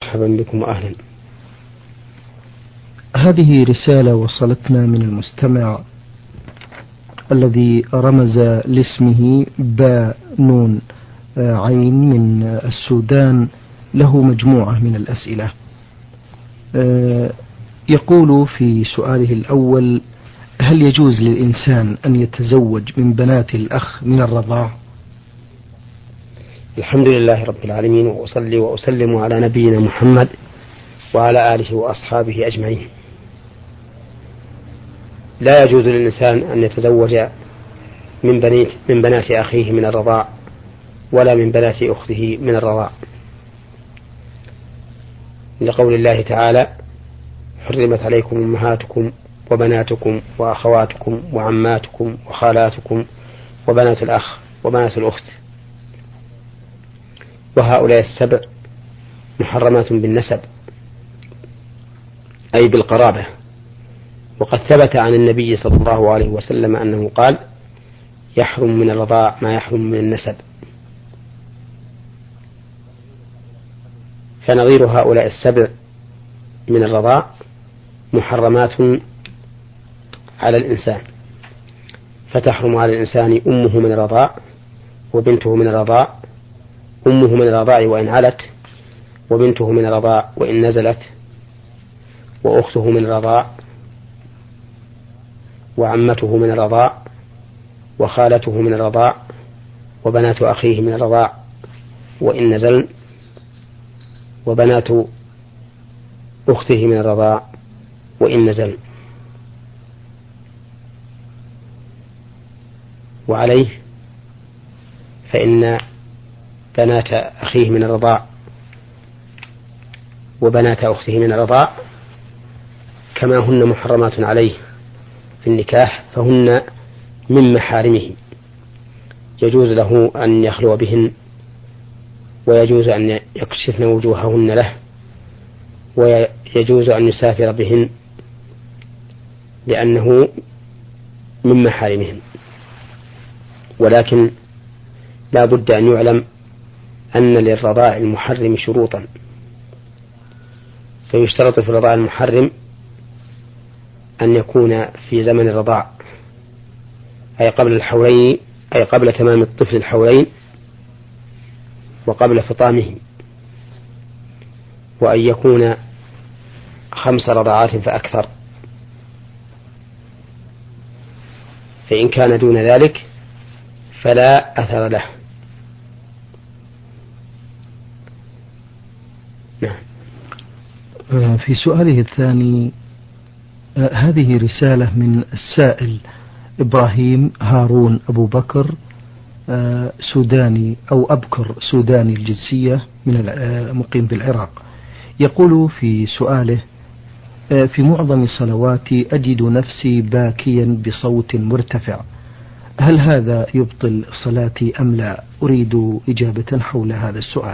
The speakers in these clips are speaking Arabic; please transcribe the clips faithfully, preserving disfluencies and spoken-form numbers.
مرحبا بكم وأهلا. هذه رسالة وصلتنا من المستمع الذي رمز لاسمه با نون عين من السودان، له مجموعة من الأسئلة. يقول في سؤاله الأول: هل يجوز للإنسان أن يتزوج من بنات الأخ من الرضاع؟ الحمد لله رب العالمين، وأصلي وأسلم على نبينا محمد وعلى آله وأصحابه أجمعين. لا يجوز للإنسان أن يتزوج من بنات من بنات أخيه من الرضاع ولا من بنات أخته من الرضاع، لقول الله تعالى: حرمت عليكم أمهاتكم وبناتكم وأخواتكم وعماتكم وخالاتكم وبنات الأخ وبنات الأخت. وهؤلاء السبع محرمات بالنسب أي بالقرابة. وقد ثبت عن النبي صلى الله عليه وسلم أنه قال: يحرم من الرضاع ما يحرم من النسب. فنظير هؤلاء السبع من الرضاع محرمات على الإنسان، فتحرم على الإنسان أمه من الرضاع، وبنته من الرضاع، أمه من الرضاع وإن علت، وبنته من الرضاع وإن نزلت، وأخته من الرضاع، وعمته من الرضاع، وخالته من الرضاع، وبنات أخيه من الرضاع وإن نزلن، وبنات أخته من الرضاع وإن نزلن. وعليه فإن بنات أخيه من الرضاع وبنات أخته من الرضاع كما هن محرمات عليه في النكاح، فهن من محارمه، يجوز له أن يخلو بهن، ويجوز أن يكشفن وجوههن له، ويجوز أن يسافر بهن لأنه من محارمهم. ولكن لا بد أن يعلم أن للرضاع المحرم شروطا، فيشترط في الرضاع المحرم أن يكون في زمن الرضاع، أي قبل الحولين، أي قبل تمام الطفل الحولين وقبل فطامه، وأن يكون خمس رضعات فأكثر. فإن كان دون ذلك فلا أثر له. نعم. في سؤاله الثاني: هذه رسالة من السائل إبراهيم هارون أبو بكر، سوداني أو أبكر سوداني الجنسية، من مقيم بالعراق. يقول في سؤاله: في معظم صلواتي أجد نفسي باكيا بصوت مرتفع، هل هذا يبطل صلاتي أم لا؟ أريد إجابة حول هذا السؤال.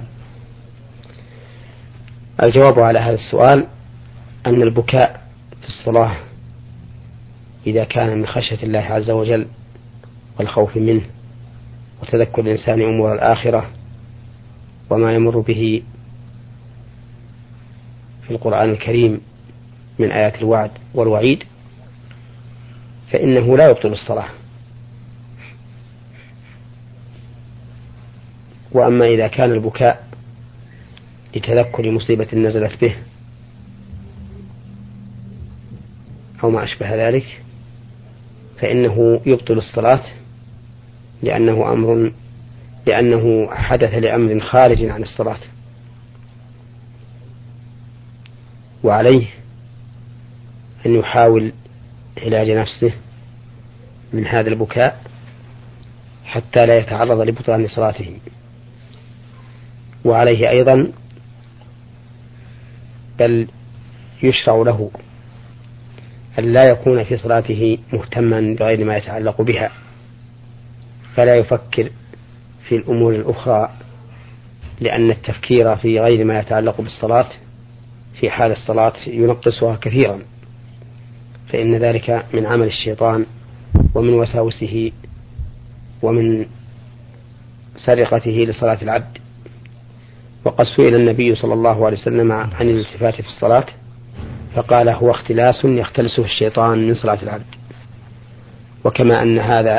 الجواب على هذا السؤال أن البكاء في الصلاة إذا كان من خشية الله عز وجل والخوف منه وتذكر الإنسان أمور الآخرة وما يمر به في القرآن الكريم من آيات الوعد والوعيد، فإنه لا يبطل الصلاة. وأما إذا كان البكاء لتذكر مصيبة نزلت به أو ما أشبه ذلك فإنه يبطل الصلاة، لأنه أمر لأنه حدث لأمر خارج عن الصلاة. وعليه أن يحاول علاج نفسه من هذا البكاء حتى لا يتعرض لبطلان صلاته. وعليه أيضا بل يشرع له أن لا يكون في صلاته مهتما بغير ما يتعلق بها، فلا يفكر في الأمور الأخرى، لأن التفكير في غير ما يتعلق بالصلاة في حال الصلاة ينقصها كثيرا، فإن ذلك من عمل الشيطان ومن وساوسه ومن سرقته لصلاة العبد. وقد سئل النبي صلى الله عليه وسلم عن الالتفات في الصلاة فقال هو اختلاس يختلسه الشيطان من صلاة العبد. وكما أن هذا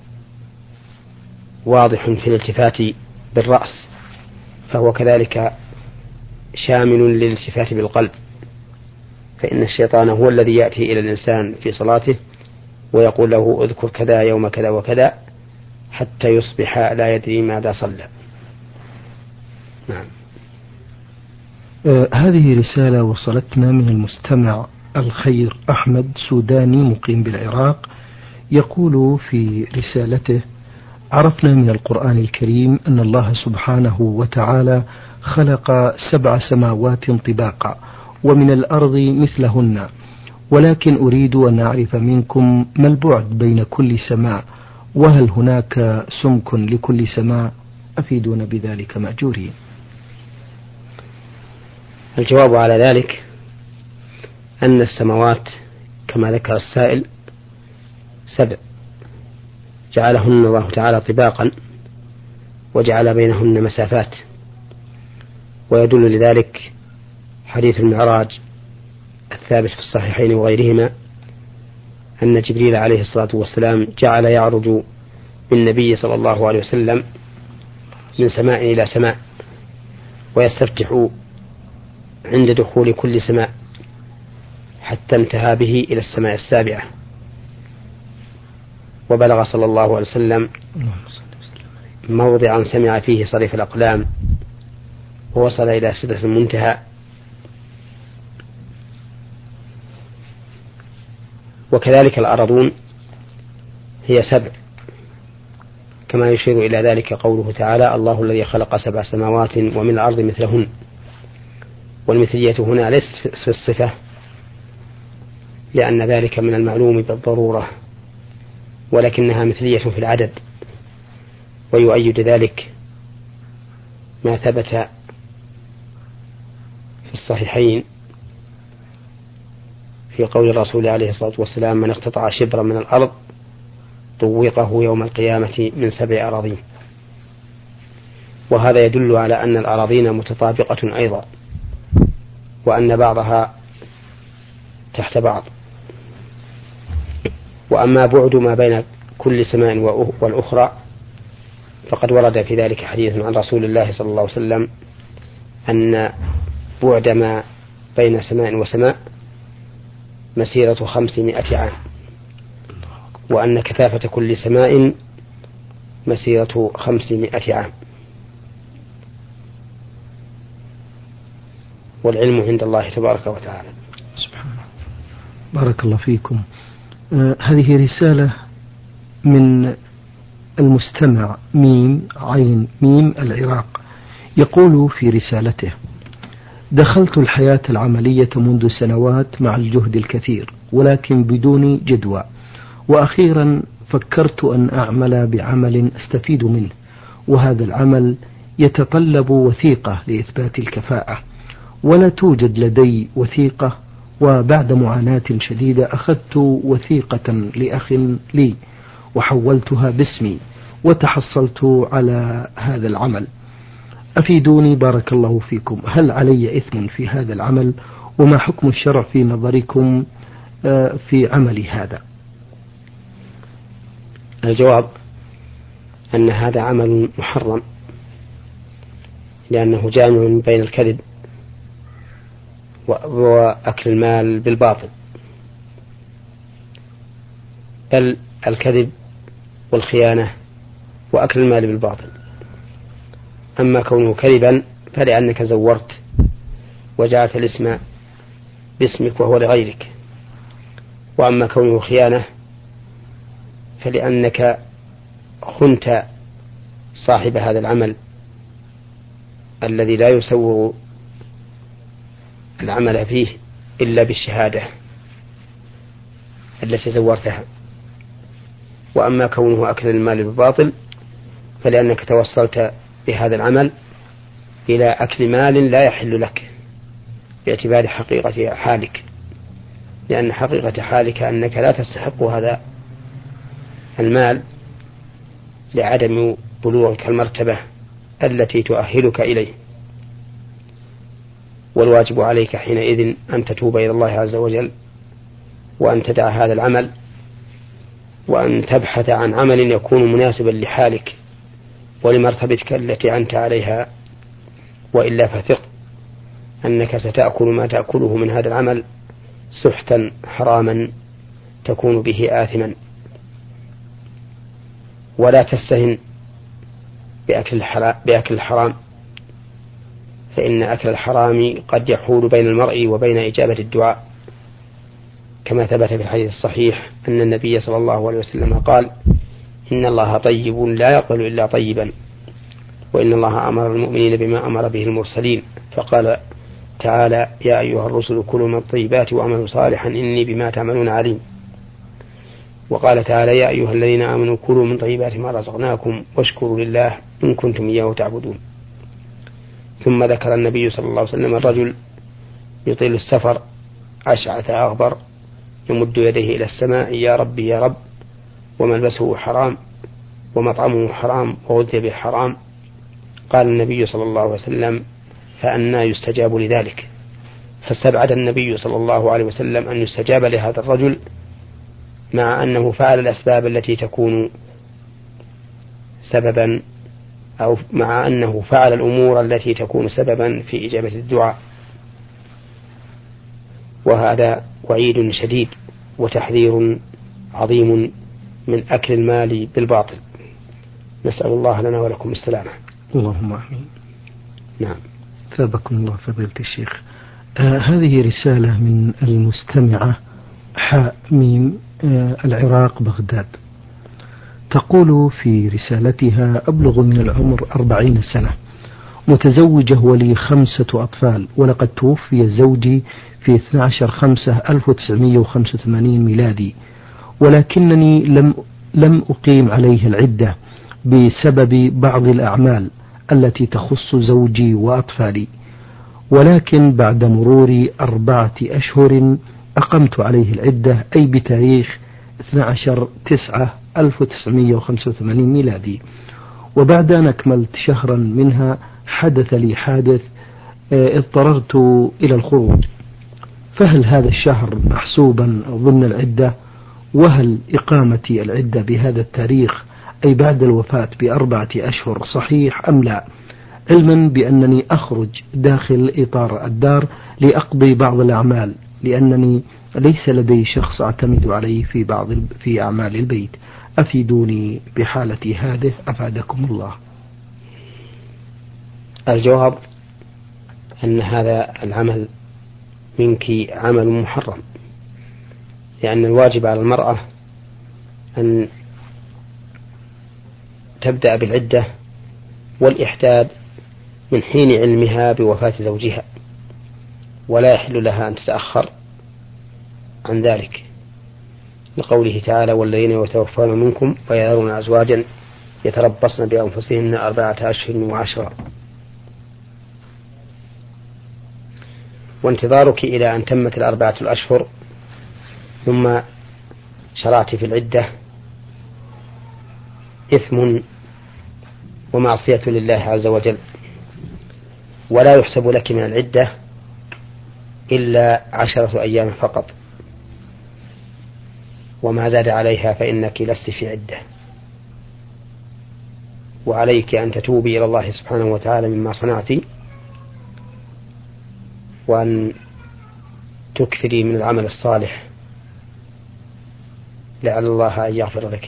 واضح في الالتفات بالرأس فهو كذلك شامل للالتفات بالقلب، فإن الشيطان هو الذي يأتي إلى الإنسان في صلاته ويقول له اذكر كذا يوم كذا وكذا حتى يصبح لا يدري ماذا صلى. نعم. آه هذه رسالة وصلتنا من المستمع الخير أحمد سوداني مقيم بالعراق، يقول في رسالته: عرفنا من القرآن الكريم أن الله سبحانه وتعالى خلق سبع سماوات طباقا ومن الأرض مثلهن، ولكن أريد أن أعرف منكم ما البعد بين كل سماء، وهل هناك سمك لكل سماء؟ أفيدونا بذلك مأجورين. الجواب على ذلك أن السماوات كما ذكر السائل سبع، جعلهن الله تعالى طباقا وجعل بينهن مسافات، ويدل لذلك حديث المعراج الثابت في الصحيحين وغيرهما أن جبريل عليه الصلاة والسلام جعل يعرج بالنبي صلى الله عليه وسلم من سماء إلى سماء ويستفتح عند دخول كل سماء حتى انتهى به إلى السماء السابعة، وبلغ صلى الله عليه وسلم موضعا سمع فيه صريف الأقلام ووصل إلى سدرة المنتهى. وكذلك الأرضون هي سبع، كما يشير إلى ذلك قوله تعالى: الله الذي خلق سبع سماوات ومن الأرض مثلهن. والمثلية هنا ليست في الصفة لأن ذلك من المعلوم بالضرورة، ولكنها مثلية في العدد، ويؤيد ذلك ما ثبت في الصحيحين في قول الرسول عليه الصلاة والسلام: من اقتطع شبرا من الأرض طوقه يوم القيامة من سبع أراضين. وهذا يدل على أن الأراضين متطابقة أيضا، وأن بعضها تحت بعض. وأما بعد ما بين كل سماء والأخرى فقد ورد في ذلك حديث عن رسول الله صلى الله عليه وسلم أن بعد ما بين سماء وسماء مسيرة خمسمائة عام، وأن كثافة كل سماء مسيرة خمسمائة عام، والعلم عند الله تبارك وتعالى. سبحانه. بارك الله فيكم. آه هذه رسالة من المستمع ميم عين ميم العراق، يقول في رسالته: دخلت الحياة العملية منذ سنوات مع الجهد الكثير ولكن بدون جدوى، وأخيرا فكرت أن أعمل بعمل أستفيد منه، وهذا العمل يتطلب وثيقة لإثبات الكفاءة، ولا توجد لدي وثيقة. وبعد معاناة شديدة أخذت وثيقة لأخ لي وحولتها باسمي وتحصلت على هذا العمل. أفيدوني بارك الله فيكم، هل علي إثم في هذا العمل؟ وما حكم الشرع في نظركم في عملي هذا؟ الجواب أن هذا عمل محرم، لأنه جامع بين الكذب وأكل المال بالباطل، بل الكذب والخيانة وأكل المال بالباطل. أما كونه كذبا فلأنك زورت وجعلت الاسم باسمك وهو لغيرك، وأما كونه خيانة فلأنك خنت صاحب هذا العمل الذي لا يسوغ العمل فيه إلا بالشهادة التي زورتها. وأما كونه أكل المال بالباطل فلأنك توصلت بهذا العمل إلى أكل مال لا يحل لك باعتبار حقيقة حالك، لأن حقيقة حالك أنك لا تستحق هذا المال لعدم بلوغك المرتبة التي تؤهلك إليه. والواجب عليك حينئذ أن تتوب إلى الله عز وجل وأن تدع هذا العمل وأن تبحث عن عمل يكون مناسبا لحالك ولمرتبتك التي أنت عليها، وإلا فثق أنك ستأكل ما تأكله من هذا العمل سحتا حراما تكون به آثما. ولا تستهن بأكل الحرام، فإن أكل الحرام قد يحول بين المرء وبين إجابة الدعاء، كما ثبت في الحديث الصحيح أن النبي صلى الله عليه وسلم قال: إن الله طيب لا يقبل إلا طيبا، وإن الله أمر المؤمنين بما أمر به المرسلين، فقال تعالى: يا أيها الرسل كلوا من الطيبات وعملوا صالحا إني بما تعملون عليم. وقال تعالى: يا أيها الذين آمنوا كلوا من طيبات ما رزقناكم واشكروا لله إن كنتم إياه تعبدون. ثم ذكر النبي صلى الله عليه وسلم الرجل يطيل السفر أشعث أغبر يمد يديه إلى السماء: يا ربي يا رب، وملبسه حرام ومطعمه حرام وغذي بالحرام. قال النبي صلى الله عليه وسلم: فأنى يستجاب لذلك؟ فاستبعد النبي صلى الله عليه وسلم أن يستجاب لهذا الرجل مع أنه فعل الأسباب التي تكون سببا، أو مع أنه فعل الأمور التي تكون سببا في إجابة الدعاء. وهذا وعيد شديد وتحذير عظيم من أكل المال بالباطل. نسأل الله لنا ولكم السلامة. اللهم آمين. نعم. ثابكم الله فضيلة الشيخ. آه هذه رسالة من المستمعة حاء ميم آه العراق بغداد، تقول في رسالتها: أبلغ من العمر أربعين سنة، متزوجة ولي خمسة أطفال، ولقد توفي زوجي في اثني عشر خمسة ألف وتسعمائة وخمسة وثمانين ميلادي، ولكنني لم لم أقيم عليه العدة بسبب بعض الأعمال التي تخص زوجي وأطفالي، ولكن بعد مرور أربعة أشهر أقمت عليه العدة، أي بتاريخ اثني عشر تسعة ألف وتسعمائة وخمسة وثمانين ميلادي. وبعد أن أكملت شهرا منها حدث لي حادث اضطررت إلى الخروج، فهل هذا الشهر محسوبا ضمن العدة؟ وهل إقامتي العدة بهذا التاريخ أي بعد الوفاة بأربعة أشهر صحيح أم لا، علما بأنني أخرج داخل إطار الدار لأقضي بعض الأعمال، لأنني ليس لدي شخص أعتمد عليه في بعض في أعمال البيت. أفيدوني بحالتي هذه أفادكم الله. الجواب أن هذا العمل منك عمل محرم، لأن الواجب على المرأة أن تبدأ بالعدة والإحداد من حين علمها بوفاة زوجها، ولا يحل لها أن تتأخر عن ذلك، لقوله تعالى: والذين يتوفون منكم ويذرون أزواجا يتربصن بأنفسهن أربعة أشهر وعشرا. وانتظارك إلى أن تمت الأربعة الأشهر ثم شرعت في العدة إثم ومعصية لله عز وجل، ولا يحسب لك من العدة إلا عشرة أيام فقط، وما زاد عليها فإنك لست في عدة، وعليك أن تتوبي إلى الله سبحانه وتعالى مما صنعت، وأن تكثري من العمل الصالح لعل الله أن يغفر لك.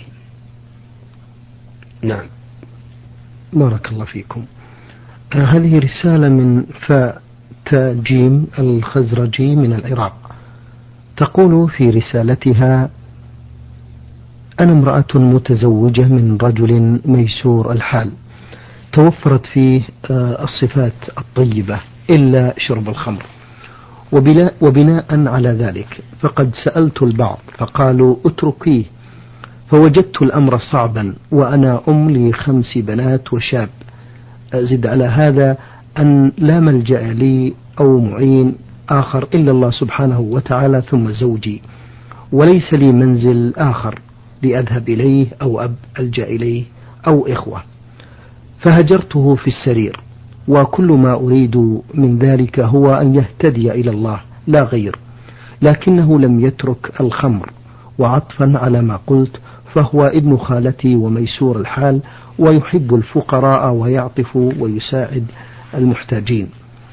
نعم. بارك الله فيكم. هذه رسالة من فاء جيم الخزرجي من العراق، تقول في رسالتها: أنا امرأة متزوجة من رجل ميسور الحال، توفرت فيه الصفات الطيبة إلا شرب الخمر، وبناء على ذلك فقد سألت البعض فقالوا اتركيه، فوجدت الأمر صعبا، وأنا أم لخمس بنات وشاب، أزد على هذا أن لا ملجأ لي أو معين آخر إلا الله سبحانه وتعالى ثم زوجي، وليس لي منزل آخر لأذهب إليه أو أب ألجأ إليه أو إخوة، فهجرته في السرير وكل ما أريد من ذلك هو أن يهتدي إلى الله لا غير، لكنه لم يترك الخمر، وعطفا على ما قلت فهو ابن خالتي وميسور الحال ويحب الفقراء ويعطف ويساعد المحتاجين،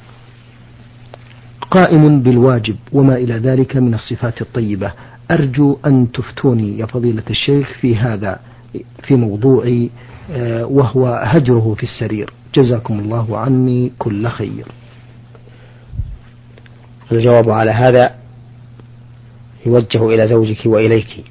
قائم بالواجب وما إلى ذلك من الصفات الطيبة. أرجو أن تفتوني يا فضيلة الشيخ في هذا، في موضوع وهو هجره في السرير، جزاكم الله عني كل خير. الجواب على هذا يوجه إلى زوجك وإليك.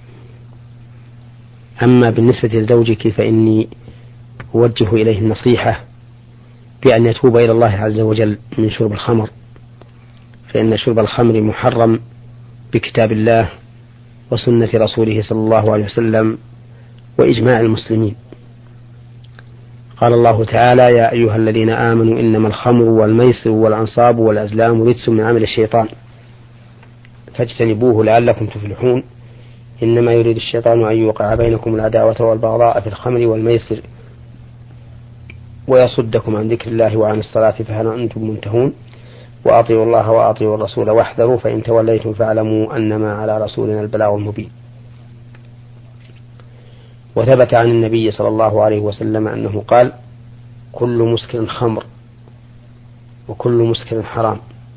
أما بالنسبة لزوجك فإني أوجه إليه النصيحة بأن يتوب إلى الله عز وجل من شرب الخمر، فإن شرب الخمر محرم بكتاب الله وسنة رسوله صلى الله عليه وسلم وإجماع المسلمين. قال الله تعالى: يا أيها الذين آمنوا إنما الخمر والميسر والأنصاب والأزلام رجس من عمل الشيطان فاجتنبوه لعلكم تفلحون إنما يريد الشيطان أن يوقع بينكم العداوة والبغضاء في الخمر والميسر ويصدكم عن ذكر الله وعن الصلاة فهل أنتم منتهون وأطيعوا الله وأطيعوا الرسول واحذروا فإن توليتم فاعلموا أنما على رسولنا البلاغ المبين. وثبت عن النبي صلى الله عليه وسلم أنه قال: كل مسكر خمر وكل مسكر حرام.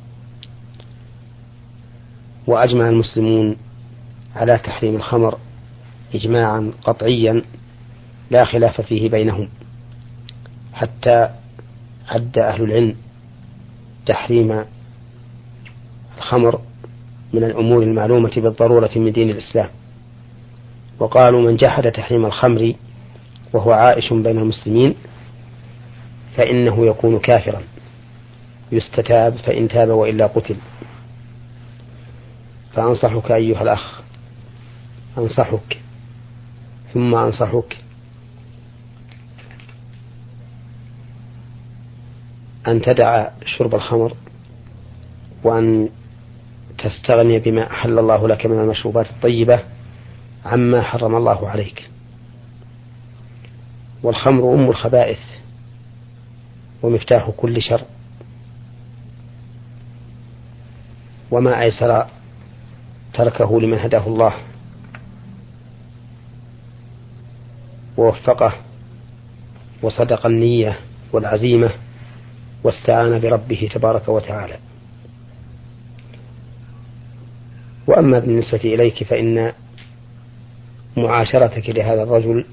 وأجمع المسلمون على تحريم الخمر إجماعا قطعيا لا خلاف فيه بينهم، حتى عد أهل العلم تحريم الخمر من الأمور المعلومة بالضرورة من دين الإسلام، وقالوا: من جحد تحريم الخمر وهو عائش بين المسلمين فإنه يكون كافرا يستتاب فإن تاب وإلا قتل. فأنصحك أيها الأخ، أنصحك ثم أنصحك أن تدع شرب الخمر وأن تستغني بما أحل الله لك من المشروبات الطيبة عما حرم الله عليك. والخمر أم الخبائث ومفتاح كل شر، وما أيسر تركه لمن هداه الله ووفقه وصدق النية والعزيمة واستعان بربه تبارك وتعالى. وأما بالنسبة إليك فإن معاشرتك لهذا الرجل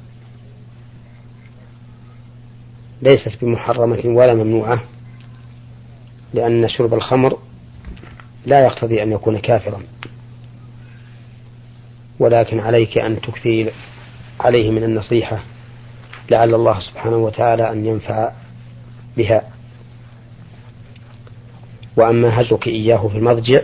ليست بمحرمة ولا ممنوعة، لأن شرب الخمر لا يقتضي أن يكون كافرا، ولكن عليك أن تكثر عليه من النصيحة لعل الله سبحانه وتعالى أن ينفع بها. وأما هجرك إياه في المضجع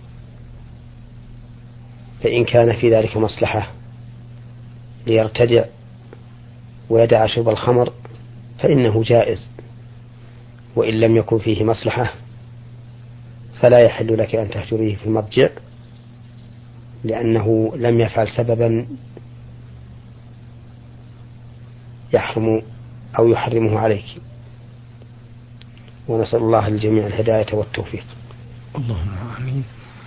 فإن كان في ذلك مصلحة ليرتدع ويدع شرب الخمر فإنه جائز، وإن لم يكن فيه مصلحة فلا يحل لك أن تهجريه في المضجع، لأنه لم يفعل سببا يحرم أو يحرمه عليك. ونسأل الله للجميع الهداية والتوفيق. اللهم آمين.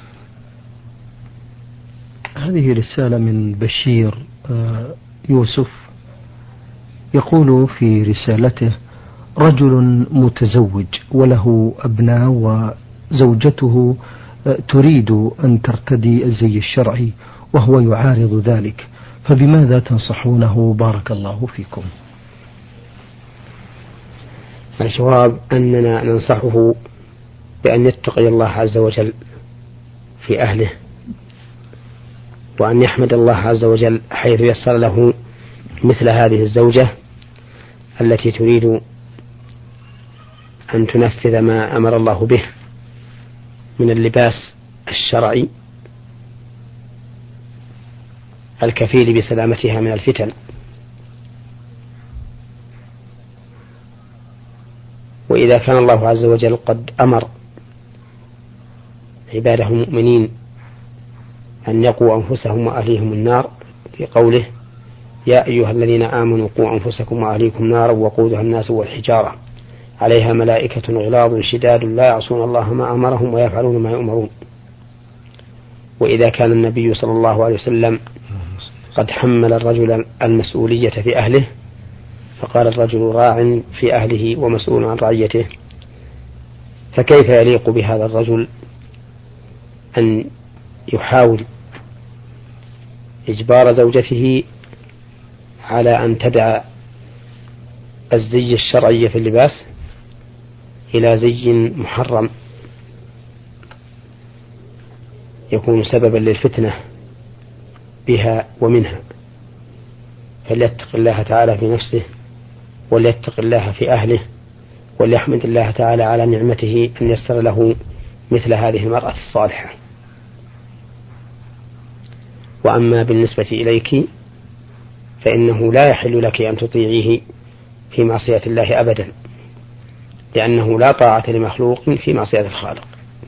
هذه رسالة من بشير يوسف يقول في رسالته: رجل متزوج وله أبناء وزوجته تريد أن ترتدي الزي الشرعي وهو يعارض ذلك، فبماذا تنصحونه بارك الله فيكم؟ الجواب أننا ننصحه بأن يتقي الله عز وجل في أهله، وأن يحمد الله عز وجل حيث يسر له مثل هذه الزوجة التي تريد أن تنفذ ما أمر الله به من اللباس الشرعي الكفيل بسلامتها من الفتن. وإذا كان الله عز وجل قد أمر عباده المؤمنين أن يقوا أنفسهم وأهليهم النار في قوله: يا أيها الذين آمنوا قوا أنفسكم وأهليكم نارا وقودها الناس والحجارة عليها ملائكة غلاظ شداد لا يعصون الله ما أمرهم ويفعلون ما يؤمرون. وإذا كان النبي صلى الله عليه وسلم قد حمل الرجل المسؤولية في أهله، فقال الرجل راع في أهله ومسؤول عن رعيته، فكيف يليق بهذا الرجل أن يحاول إجبار زوجته على أن تدع الزي الشرعي في اللباس إلى زي محرم يكون سببا للفتنة بها ومنها؟ فليتق الله تعالى في نفسه، وليتق الله في أهله، وليحمد الله تعالى على نعمته أن يسر له مثل هذه المرأة الصالحة. وأما بالنسبة إليك فإنه لا يحل لك أن تطيعيه في معصية الله أبدا، لأنه لا طاعة لمخلوق في معصية الخالق.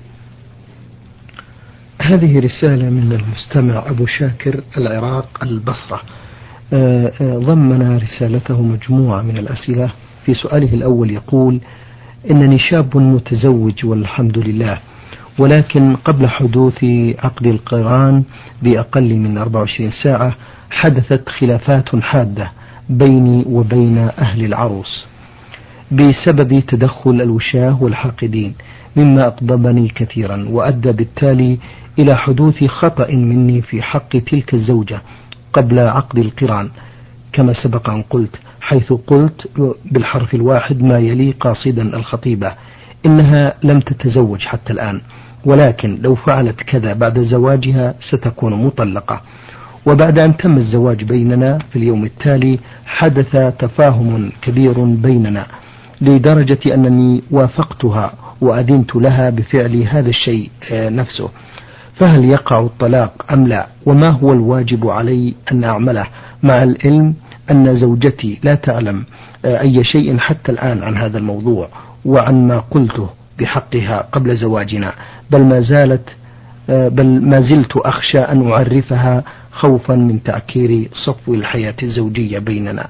هذه رسالة من المستمع أبو شاكر العراق البصرة، ضمن رسالته مجموعة من الأسئلة. في سؤاله الأول يقول: إنني شاب متزوج والحمد لله، ولكن قبل حدوث عقد القران بأقل من أربع وعشرين ساعة حدثت خلافات حادة بيني وبين أهل العروس بسبب تدخل الوشاة والحاقدين، مما أغضبني كثيرا وأدى بالتالي إلى حدوث خطأ مني في حق تلك الزوجة قبل عقد القران، كما سبق أن قلت، حيث قلت بالحرف الواحد ما يلي قاصدا الخطيبة إنها لم تتزوج حتى الآن، ولكن لو فعلت كذا بعد زواجها ستكون مطلقة. وبعد أن تم الزواج بيننا في اليوم التالي حدث تفاهم كبير بيننا لدرجة أنني وافقتها وأذنت لها بفعل هذا الشيء نفسه، فهل يقع الطلاق أم لا؟ وما هو الواجب علي أن أعمله، مع العلم أن زوجتي لا تعلم أي شيء حتى الآن عن هذا الموضوع وعن ما قلته بحقها قبل زواجنا، بل ما زالت بل ما زلت أخشى أن أعرفها خوفا من تعكير صفو الحياة الزوجية بيننا.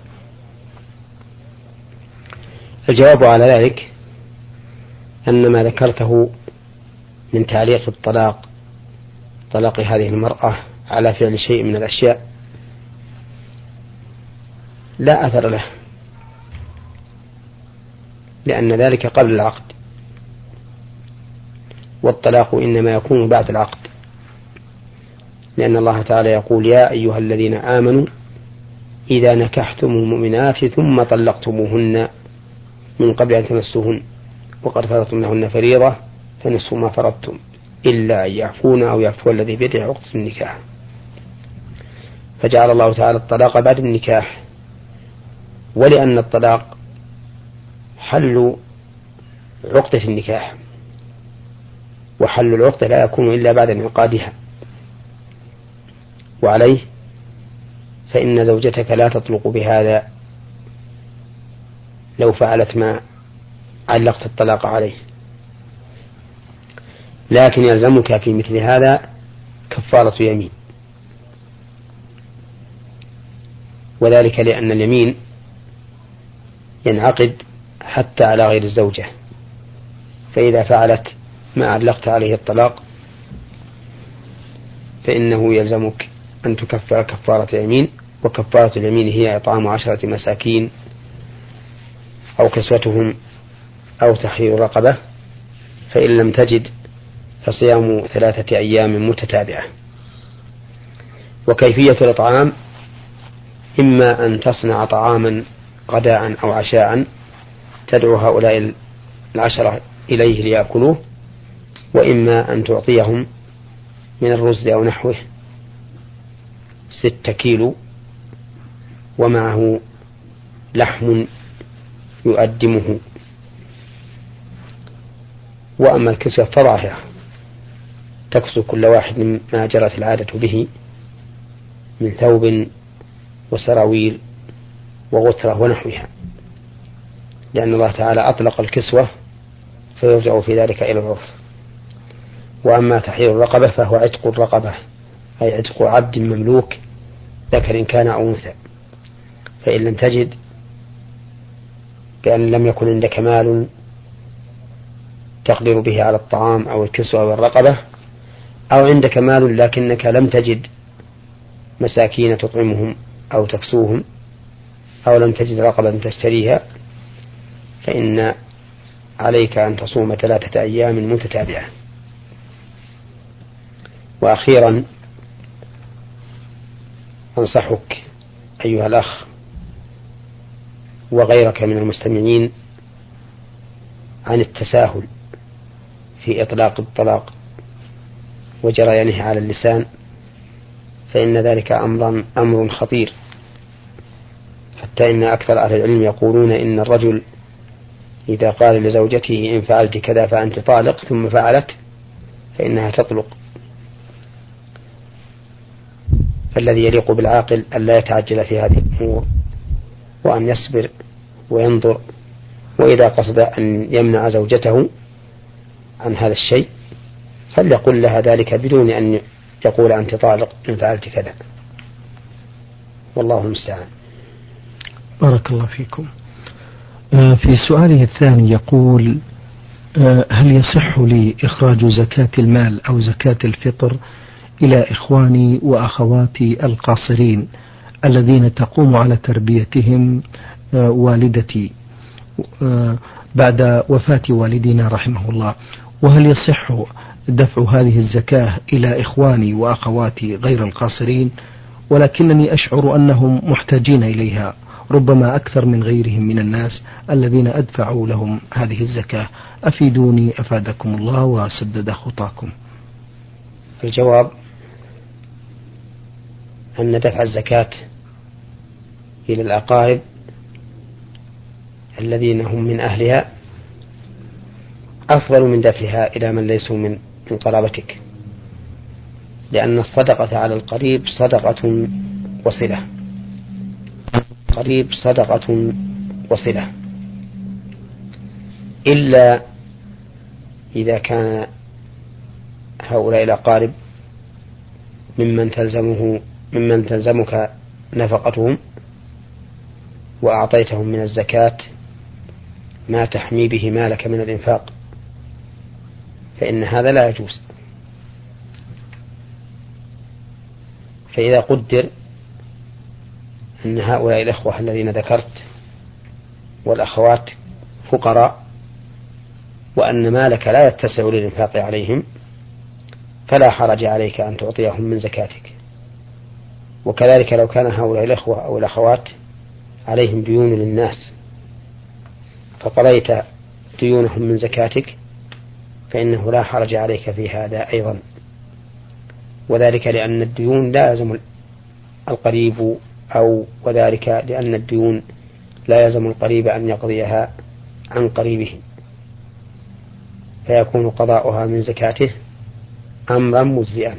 الجواب على ذلك أن ما ذكرته من تعليق الطلاق طلاق هذه المرأة على فعل شيء من الأشياء لا أثر له، لأن ذلك قبل العقد، والطلاق إنما يكون بعد العقد، لأن الله تعالى يقول: يا أيها الذين آمنوا إذا نكحتم المؤمنات ثم طلقتموهن من قبل أن تمسوهن وقد فرضتم لهن فريضة فنصف ما فرضتم إلا أن يعفون أو يعفو الذي بيده عقدة النكاح. فجعل الله تعالى الطلاق بعد النكاح، ولأن الطلاق حل عقدة النكاح، وحل العقدة لا يكون إلا بعد انعقادها. وعليه فإن زوجتك لا تطلق بهذا لو فعلت ما علقت الطلاق عليه، لكن يلزمك في مثل هذا كفارة يمين، وذلك لأن اليمين ينعقد حتى على غير الزوجة، فإذا فعلت ما علقت عليه الطلاق فإنه يلزمك أن تكفر كفارة يمين، وكفارة اليمين هي إطعام عشرة مساكين أو كسوتهم أو تحرير رقبة، فإن لم تجد فصيام ثلاثة أيام متتابعة. وكيفية الإطعام إما أن تصنع طعاما غداء أو عشاء تدعو هؤلاء العشرة إليه ليأكلوه، وإما أن تعطيهم من الرز أو نحوه ستة كيلو ومعه لحم يؤدمه. وأما الكسوة فظاهرة تكسو كل واحد ما جرت العادة به من ثوب وسراويل وغترة ونحوها، لأن الله تعالى أطلق الكسوة فيرجع في ذلك إلى العرف. وأما تحرير الرقبة فهو عتق الرقبة، أي عتق عبد مملوك ذكر كان أو أنثى، فإن لم تجد بأن لم يكن عندك مال تقدر به على الطعام أو الكسوة أو الرقبة، أو عندك مال لكنك لم تجد مساكين تطعمهم أو تكسوهم، أو لم تجد رقبة تشتريها، فإن عليك أن تصوم ثلاثة أيام متتابعة. وأخيرا أنصحك أيها الأخ وغيرك من المستمعين عن التساهل في إطلاق الطلاق وجريانه على اللسان، فإن ذلك أمر أمر خطير، حتى إن أكثر أهل العلم يقولون إن الرجل إذا قال لزوجته إن فعلت كذا فأنت طالق ثم فعلت فإنها تطلق. فالذي يليق بالعاقل أن لا يتعجل في هذه الأمور، وأن يصبر وينظر، وإذا قصد أن يمنع زوجته عن هذا الشيء فليقل لها ذلك بدون أن يقول أنت طالق إن فعلت كذا، والله المستعان. بارك الله فيكم. في سؤاله الثاني يقول: هل يصح لي إخراج زكاة المال أو زكاة الفطر إلى إخواني وأخواتي القاصرين الذين تقوم على تربيتهم والدتي بعد وفاة والدنا رحمه الله، وهل يصح دفع هذه الزكاة إلى إخواني وأخواتي غير القاصرين ولكنني أشعر أنهم محتاجين إليها ربما أكثر من غيرهم من الناس الذين أدفعوا لهم هذه الزكاة؟ أفيدوني أفادكم الله وسدد خطاكم. الجواب أن دفع الزكاة إلى الأقارب الذين هم من أهلها أفضل من دفعها إلى من ليسوا من من قرابتك، لأن الصدقة على القريب صدقة وصلة، قريب صدقة وصلة، إلا إذا كان هؤلاء الأقارب ممن تلزمه ممن تلزمك نفقتهم وأعطيتهم من الزكاة ما تحمي به مالك من الإنفاق، فإن هذا لا يجوز. فإذا قدر أن هؤلاء الأخوة الذين ذكرت والأخوات فقراء وأن مالك لا يتسع للإنفاق عليهم فلا حرج عليك أن تعطيهم من زكاتك. وكذلك لو كان هؤلاء الأخوة أو الأخوات عليهم ديون للناس فقضيت ديونهم من زكاتك فإنه لا حرج عليك في هذا أيضا، وذلك لأن الديون لا يلزم القريب أو وذلك لأن الديون لا يلزم القريب أن يقضيها عن قريبه، فيكون قضاؤها من زكاته أمرا مجزئا،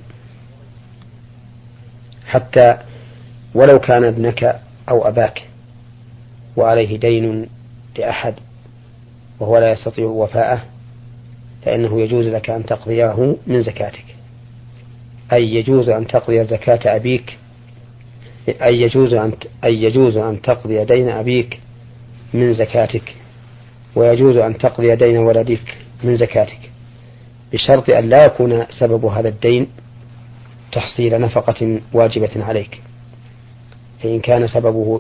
حتى ولو كان ابنك أو أباك وعليه دين لأحد وهو لا يستطيع وفاءه فإنه يجوز لك أن تقضيه من زكاتك، أي يجوز أن تقضي زكاة أبيك أي يجوز أن أي يجوز أن تقضي دين أبيك من زكاتك، ويجوز أن تقضي دين ولدك من زكاتك، بشرط أن لا يكون سبب هذا الدين تحصيل نفقة واجبة عليك. فإن كان سببه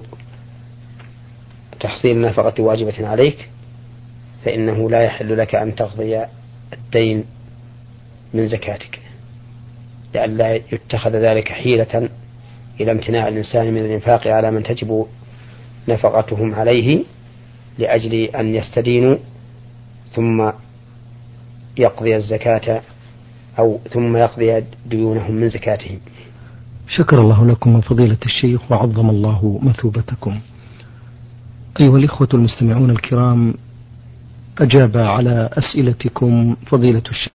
تحصيل نفقة واجبة عليك فإنه لا يحل لك أن تقضي الدين من زكاتك، لئلا يتخذ ذلك حيلة إلى امتناع الإنسان من الإنفاق على من تجب نفقتهم عليه لأجل أن يستدينوا ثم يقضي الزكاة أو ثم يقضي ديونهم من زكاتهم. شكر الله لكم من فضيلة الشيخ وعظم الله مثوبتكم. أيها الإخوة المستمعون الكرام، أجاب على أسئلتكم فضيلة الشيخ